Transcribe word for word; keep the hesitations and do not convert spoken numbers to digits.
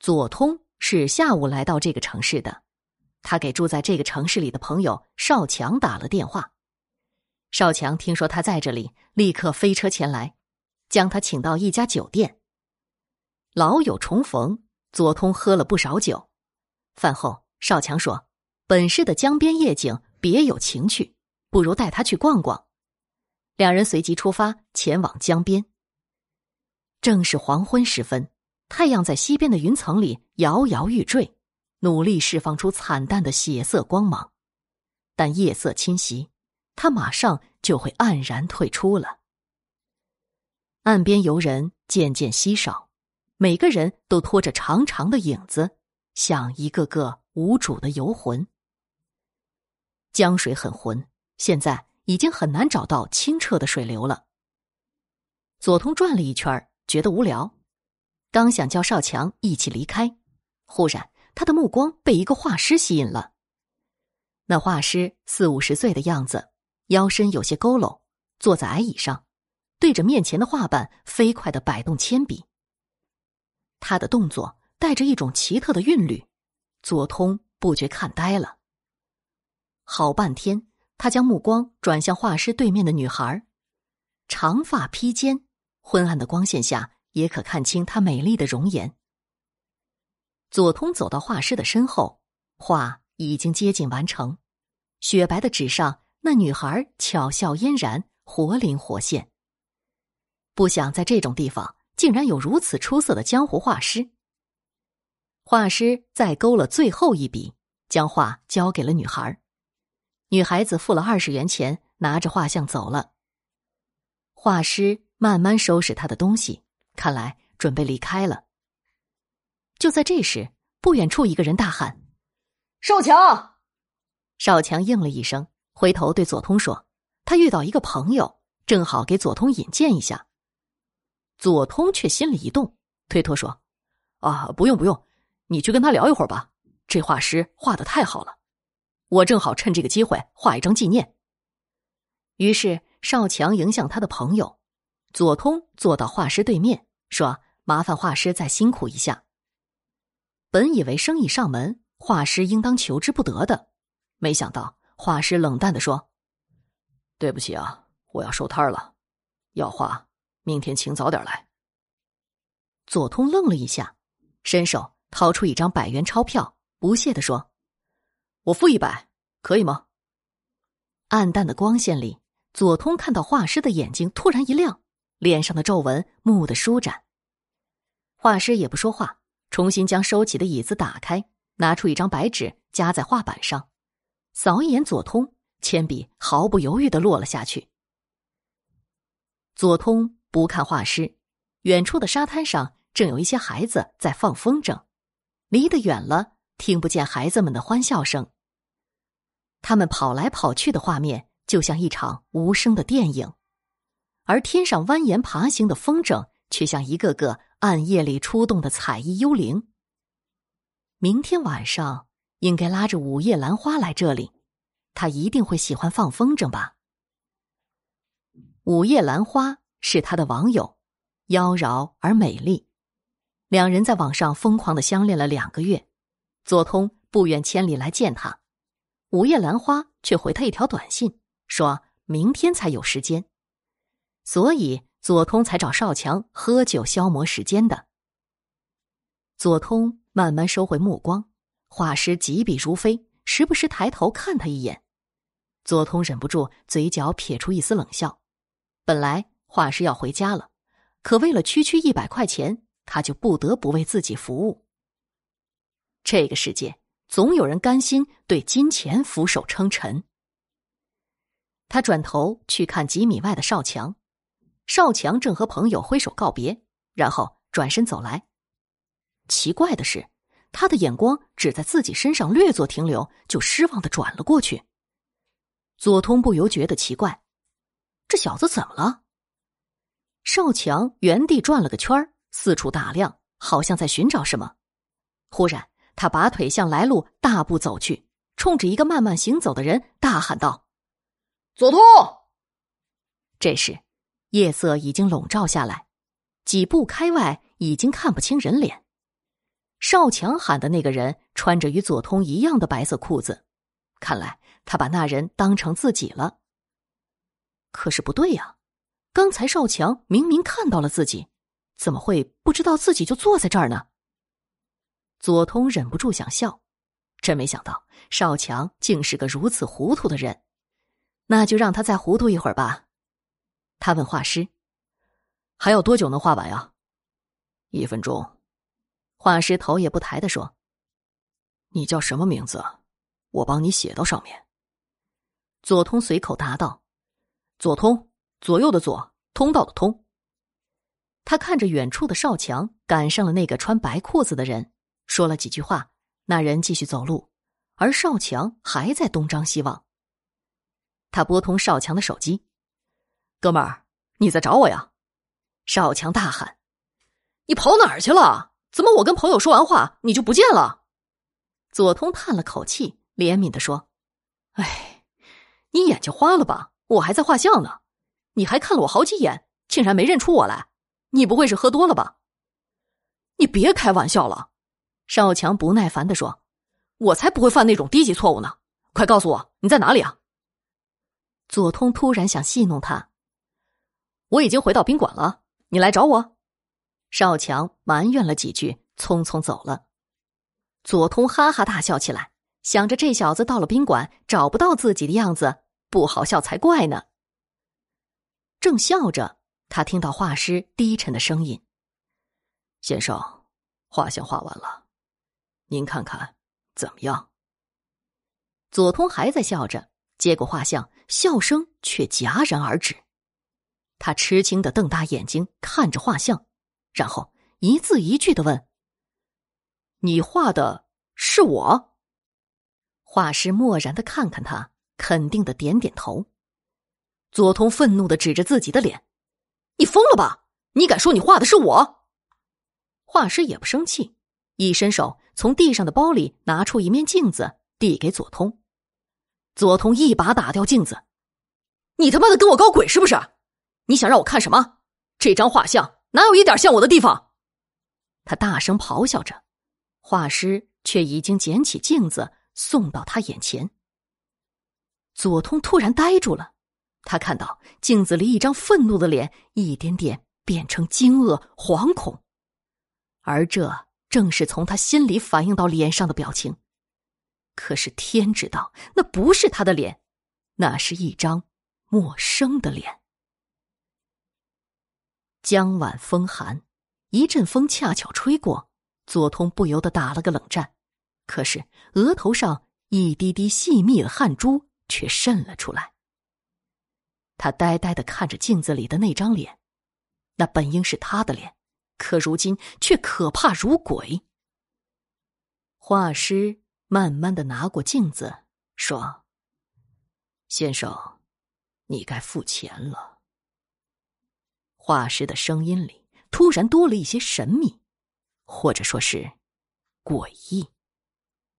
左通是下午来到这个城市的，他给住在这个城市里的朋友少强打了电话。少强听说他在这里，立刻飞车前来，将他请到一家酒店。老友重逢，左通喝了不少酒。饭后，少强说，本市的江边夜景别有情趣，不如带他去逛逛。两人随即出发，前往江边。正是黄昏时分，太阳在西边的云层里摇摇欲坠，努力释放出惨淡的血色光芒。但夜色侵袭，它马上就会黯然退出了。岸边游人渐渐稀少，每个人都拖着长长的影子，像一个个无主的游魂。江水很浑，现在已经很难找到清澈的水流了。左通转了一圈，觉得无聊，刚想叫少强一起离开，忽然他的目光被一个画师吸引了。那画师四五十岁的样子，腰身有些佝偻，坐在矮椅上，对着面前的画板飞快地摆动铅笔。他的动作带着一种奇特的韵律，左通不觉看呆了。好半天，他将目光转向画师对面的女孩，长发披肩，昏暗的光线下也可看清她美丽的容颜。左通走到画师的身后，画已经接近完成，雪白的纸上那女孩巧笑嫣然，活灵活现。不想在这种地方竟然有如此出色的江湖画师。画师再勾了最后一笔，将画交给了女孩。女孩子付了二十元钱，拿着画像走了。画师慢慢收拾他的东西，看来准备离开了。就在这时，不远处一个人大喊：“少强！”少强应了一声，回头对左通说：“他遇到一个朋友，正好给左通引荐一下。”左通却心里一动，推脱说：“啊，不用不用，你去跟他聊一会儿吧，这画师画得太好了。我正好趁这个机会画一张纪念。”于是少强迎向他的朋友，左通坐到画师对面，说：“麻烦画师再辛苦一下。”本以为生意上门，画师应当求之不得的，没想到画师冷淡地说：“对不起啊，我要收摊了，要画明天请早点来。”左通愣了一下，伸手掏出一张百元钞票，不屑地说：“我付一百，可以吗？”暗淡的光线里，左通看到画师的眼睛突然一亮，脸上的皱纹蓦地舒展。画师也不说话，重新将收起的椅子打开，拿出一张白纸夹在画板上，扫一眼左通，铅笔毫不犹豫地落了下去。左通不看画师，远处的沙滩上正有一些孩子在放风筝，离得远了，听不见孩子们的欢笑声。他们跑来跑去的画面就像一场无声的电影，而天上蜿蜒爬行的风筝却像一个个暗夜里出动的彩衣幽灵。明天晚上应该拉着午夜兰花来这里，他一定会喜欢放风筝吧。午夜兰花是他的网友，妖娆而美丽，两人在网上疯狂地相恋了两个月。左通不远千里来见他，午夜兰花却回他一条短信，说明天才有时间，所以左通才找少强喝酒消磨时间的。左通慢慢收回目光，画师急笔如飞，时不时抬头看他一眼。左通忍不住嘴角撇出一丝冷笑，本来画师要回家了，可为了区区一百块钱，他就不得不为自己服务。这个世界总有人甘心对金钱俯首称臣。他转头去看几米外的少强，少强正和朋友挥手告别，然后转身走来。奇怪的是，他的眼光只在自己身上略作停留，就失望地转了过去。左通不由觉得奇怪，这小子怎么了？少强原地转了个圈，四处打量，好像在寻找什么。忽然他拔腿向来路大步走去，冲着一个慢慢行走的人大喊道：“左通！”这时夜色已经笼罩下来，几步开外已经看不清人脸。 少强喊的那个人穿着与左通一样的白色裤子，看来他把那人当成自己了。可是不对呀，刚才少强明明看到了自己，怎么会不知道自己就坐在这儿呢？左通忍不住想笑，真没想到少强竟是个如此糊涂的人。那就让他再糊涂一会儿吧。他问画师：“还要多久能画完呀？”一分钟。画师头也不抬地说：“你叫什么名字？我帮你写到上面。”左通随口答道：“左通，左右的左，通道的通。”他看着远处的少强赶上了那个穿白裤子的人，说了几句话，那人继续走路，而少强还在东张西望。他拨通少强的手机：“哥们儿，你在找我呀？”少强大喊：“你跑哪儿去了？怎么我跟朋友说完话你就不见了？”左通叹了口气，怜悯地说：“哎，你眼睛花了吧？我还在画像呢，你还看了我好几眼，竟然没认出我来，你不会是喝多了吧？”“你别开玩笑了。”少强不耐烦地说：“我才不会犯那种低级错误呢，快告诉我你在哪里啊？”左通突然想戏弄他：“我已经回到宾馆了，你来找我？”少强埋怨了几句，匆匆走了。左通哈哈大笑起来，想着这小子到了宾馆找不到自己的样子，不好笑才怪呢。正笑着，他听到画师低沉的声音：“先生，画像画完了，您看看怎么样？”左通还在笑着，接过画像，笑声却戛然而止。他吃惊地瞪大眼睛看着画像，然后一字一句地问：“你画的是我？”画师漠然地看看他，肯定地点点头。左通愤怒地指着自己的脸：“你疯了吧？你敢说你画的是我？”画师也不生气，一伸手从地上的包里拿出一面镜子递给左通。左通一把打掉镜子：“你他妈的跟我搞鬼是不是？你想让我看什么？这张画像哪有一点像我的地方？”他大声咆哮着，画师却已经捡起镜子送到他眼前。左通突然呆住了，他看到镜子里一张愤怒的脸一点点变成惊愕、惶恐，而这正是从他心里反映到脸上的表情。可是天知道，那不是他的脸，那是一张陌生的脸。江晚风寒，一阵风恰巧吹过，左通不由得打了个冷战，可是额头上一滴滴细密的汗珠却渗了出来。他呆呆地看着镜子里的那张脸，那本应是他的脸，可如今却可怕如鬼。画师慢慢地拿过镜子，说：“先生，你该付钱了。”画师的声音里突然多了一些神秘，或者说是诡异。